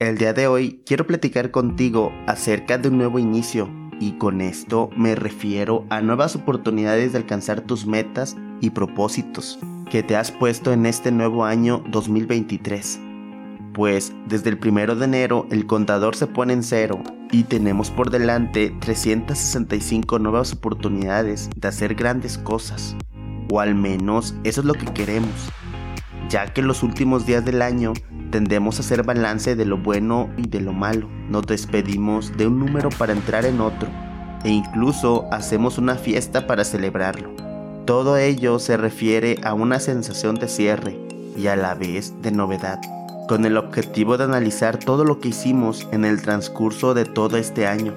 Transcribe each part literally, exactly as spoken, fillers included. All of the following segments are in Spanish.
El día de hoy quiero platicar contigo acerca de un nuevo inicio, y con esto me refiero a nuevas oportunidades de alcanzar tus metas y propósitos que te has puesto en este nuevo año dos mil veintitrés. Pues desde el primero de enero el contador se pone en cero y tenemos por delante trescientas sesenta y cinco nuevas oportunidades de hacer grandes cosas, o al menos eso es lo que queremos, ya que en los últimos días del año tendemos a hacer balance de lo bueno y de lo malo. Nos despedimos de un número para entrar en otro, e incluso hacemos una fiesta para celebrarlo. Todo ello se refiere a una sensación de cierre y a la vez de novedad, con el objetivo de analizar todo lo que hicimos en el transcurso de todo este año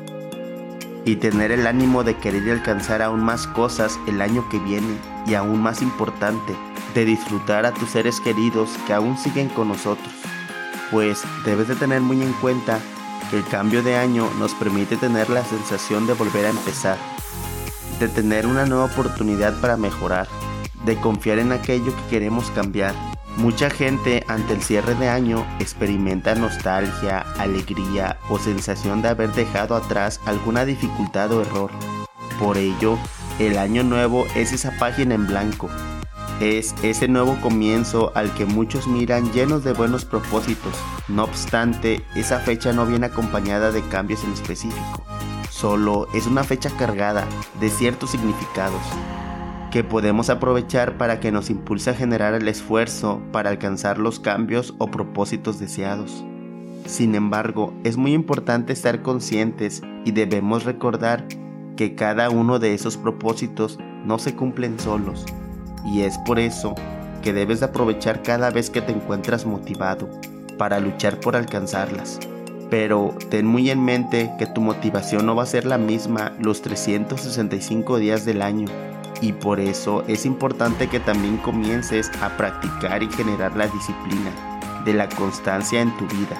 y tener el ánimo de querer alcanzar aún más cosas el año que viene, y aún más importante, de disfrutar a tus seres queridos que aún siguen con nosotros. Pues debes de tener muy en cuenta que el cambio de año nos permite tener la sensación de volver a empezar, de tener una nueva oportunidad para mejorar, de confiar en aquello que queremos cambiar. Mucha gente ante el cierre de año experimenta nostalgia, alegría o sensación de haber dejado atrás alguna dificultad o error. Por ello, el año nuevo es esa página en blanco. Es ese nuevo comienzo al que muchos miran llenos de buenos propósitos. No obstante, esa fecha no viene acompañada de cambios en específico. Solo es una fecha cargada de ciertos significados que podemos aprovechar para que nos impulse a generar el esfuerzo para alcanzar los cambios o propósitos deseados. Sin embargo, es muy importante estar conscientes y debemos recordar que cada uno de esos propósitos no se cumplen solos, y es por eso que debes de aprovechar cada vez que te encuentras motivado para luchar por alcanzarlas. Pero ten muy en mente que tu motivación no va a ser la misma los trescientos sesenta y cinco días del año, y por eso es importante que también comiences a practicar y generar la disciplina de la constancia en tu vida.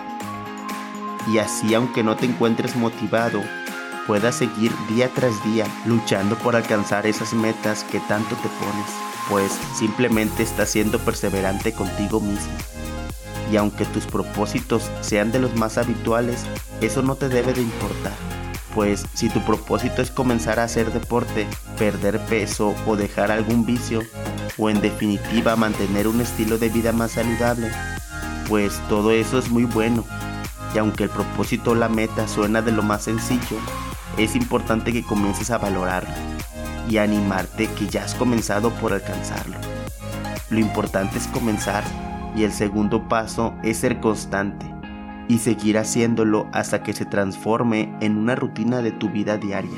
Y así, aunque no te encuentres motivado, puedas seguir día tras día luchando por alcanzar esas metas que tanto te pones, pues simplemente estás siendo perseverante contigo mismo. Y aunque tus propósitos sean de los más habituales, eso no te debe de importar, pues si tu propósito es comenzar a hacer deporte, perder peso o dejar algún vicio, o en definitiva mantener un estilo de vida más saludable, pues todo eso es muy bueno. Y aunque el propósito o la meta suena de lo más sencillo, es importante que comiences a valorarlo y a animarte que ya has comenzado por alcanzarlo. Lo importante es comenzar, y el segundo paso es ser constante y seguir haciéndolo hasta que se transforme en una rutina de tu vida diaria.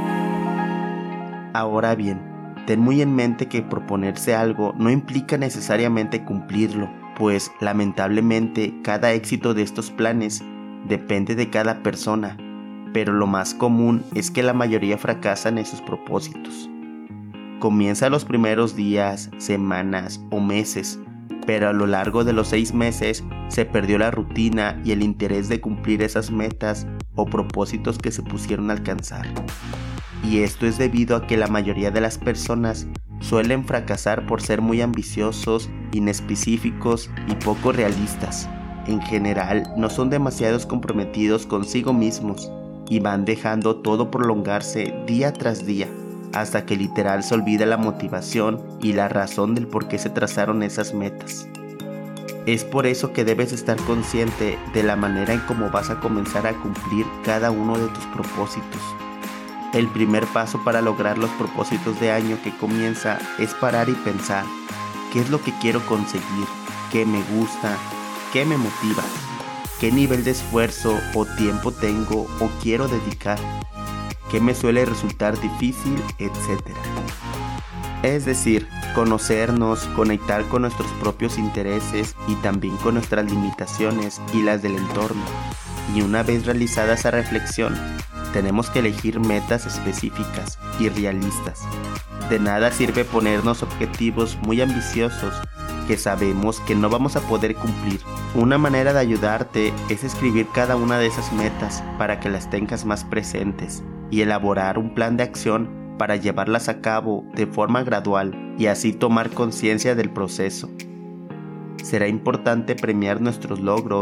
Ahora bien, ten muy en mente que proponerse algo no implica necesariamente cumplirlo, pues lamentablemente cada éxito de estos planes depende de cada persona, pero lo más común es que la mayoría fracasan en sus propósitos. Comienza los primeros días, semanas o meses, pero a lo largo de los seis meses se perdió la rutina y el interés de cumplir esas metas o propósitos que se pusieron a alcanzar. Y esto es debido a que la mayoría de las personas suelen fracasar por ser muy ambiciosos, inespecíficos y poco realistas. En general, no son demasiados comprometidos consigo mismos y van dejando todo prolongarse día tras día, hasta que literal se olvida la motivación y la razón del por qué se trazaron esas metas. Es por eso que debes estar consciente de la manera en cómo vas a comenzar a cumplir cada uno de tus propósitos. El primer paso para lograr los propósitos de año que comienza es parar y pensar: ¿qué es lo que quiero conseguir? ¿Qué me gusta? ¿Qué me motiva? ¿Qué nivel de esfuerzo o tiempo tengo o quiero dedicar? ¿Qué me suele resultar difícil? Etcétera. Es decir, conocernos, conectar con nuestros propios intereses y también con nuestras limitaciones y las del entorno. Y una vez realizada esa reflexión, tenemos que elegir metas específicas y realistas. De nada sirve ponernos objetivos muy ambiciosos que sabemos que no vamos a poder cumplir. Una manera de ayudarte es escribir cada una de esas metas para que las tengas más presentes y elaborar un plan de acción para llevarlas a cabo de forma gradual y así tomar conciencia del proceso. Será importante premiar nuestros logros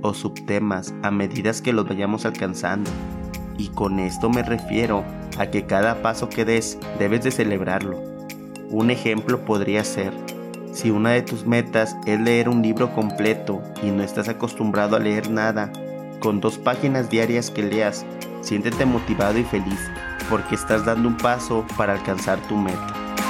o subtemas a medida que los vayamos alcanzando. Y con esto me refiero a que cada paso que des debes de celebrarlo. Un ejemplo podría ser, si una de tus metas es leer un libro completo y no estás acostumbrado a leer nada, con dos páginas diarias que leas, siéntete motivado y feliz, porque estás dando un paso para alcanzar tu meta.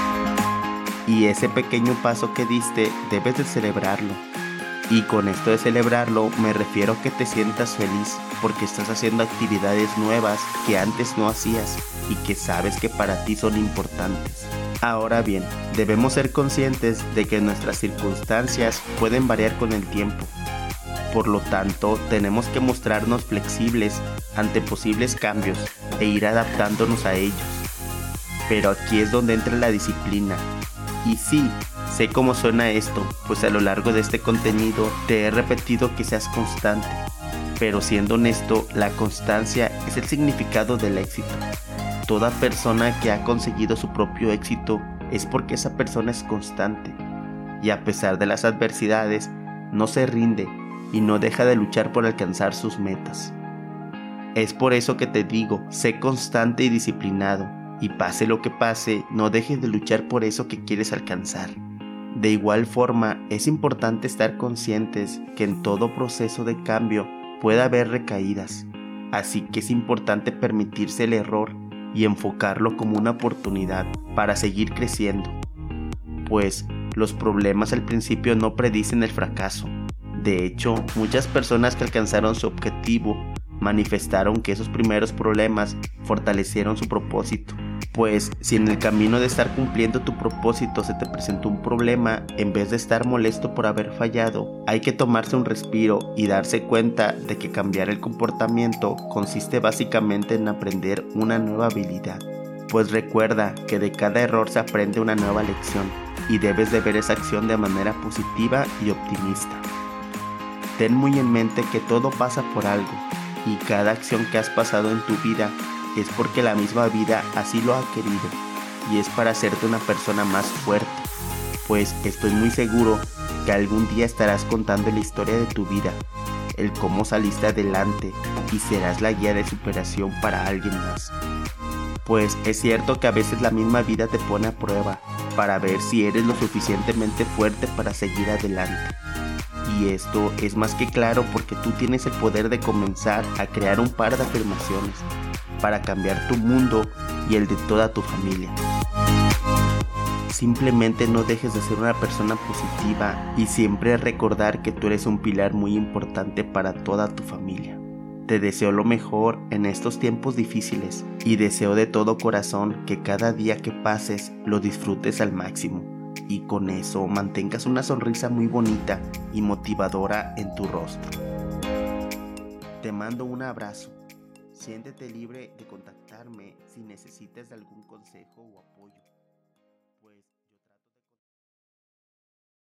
Y ese pequeño paso que diste debes de celebrarlo. Y con esto de celebrarlo me refiero a que te sientas feliz porque estás haciendo actividades nuevas que antes no hacías y que sabes que para ti son importantes. Ahora bien, debemos ser conscientes de que nuestras circunstancias pueden variar con el tiempo. Por lo tanto, tenemos que mostrarnos flexibles ante posibles cambios e ir adaptándonos a ellos. Pero aquí es donde entra la disciplina. Y sí, sé cómo suena esto, pues a lo largo de este contenido te he repetido que seas constante. Pero siendo honesto, la constancia es el significado del éxito. Toda persona que ha conseguido su propio éxito es porque esa persona es constante. Y a pesar de las adversidades, no se rinde y no deja de luchar por alcanzar sus metas. Es por eso que te digo, sé constante y disciplinado. Y pase lo que pase, no dejes de luchar por eso que quieres alcanzar. De igual forma, es importante estar conscientes que en todo proceso de cambio puede haber recaídas, así que es importante permitirse el error y enfocarlo como una oportunidad para seguir creciendo, pues los problemas al principio no predicen el fracaso. De hecho, muchas personas que alcanzaron su objetivo manifestaron que esos primeros problemas fortalecieron su propósito. Pues si en el camino de estar cumpliendo tu propósito se te presentó un problema, en vez de estar molesto por haber fallado, hay que tomarse un respiro y darse cuenta de que cambiar el comportamiento consiste básicamente en aprender una nueva habilidad. Pues recuerda que de cada error se aprende una nueva lección y debes de ver esa acción de manera positiva y optimista. Ten muy en mente que todo pasa por algo y cada acción que has pasado en tu vida es porque la misma vida así lo ha querido y es para hacerte una persona más fuerte, pues estoy muy seguro que algún día estarás contando la historia de tu vida, el cómo saliste adelante y serás la guía de superación para alguien más. Pues es cierto que a veces la misma vida te pone a prueba para ver si eres lo suficientemente fuerte para seguir adelante. Y esto es más que claro porque tú tienes el poder de comenzar a crear un par de afirmaciones para cambiar tu mundo y el de toda tu familia. Simplemente no dejes de ser una persona positiva y siempre recordar que tú eres un pilar muy importante para toda tu familia. Te deseo lo mejor en estos tiempos difíciles y deseo de todo corazón que cada día que pases lo disfrutes al máximo y con eso mantengas una sonrisa muy bonita y motivadora en tu rostro. Te mando un abrazo. Siéntete libre de contactarme si necesitas algún consejo o apoyo.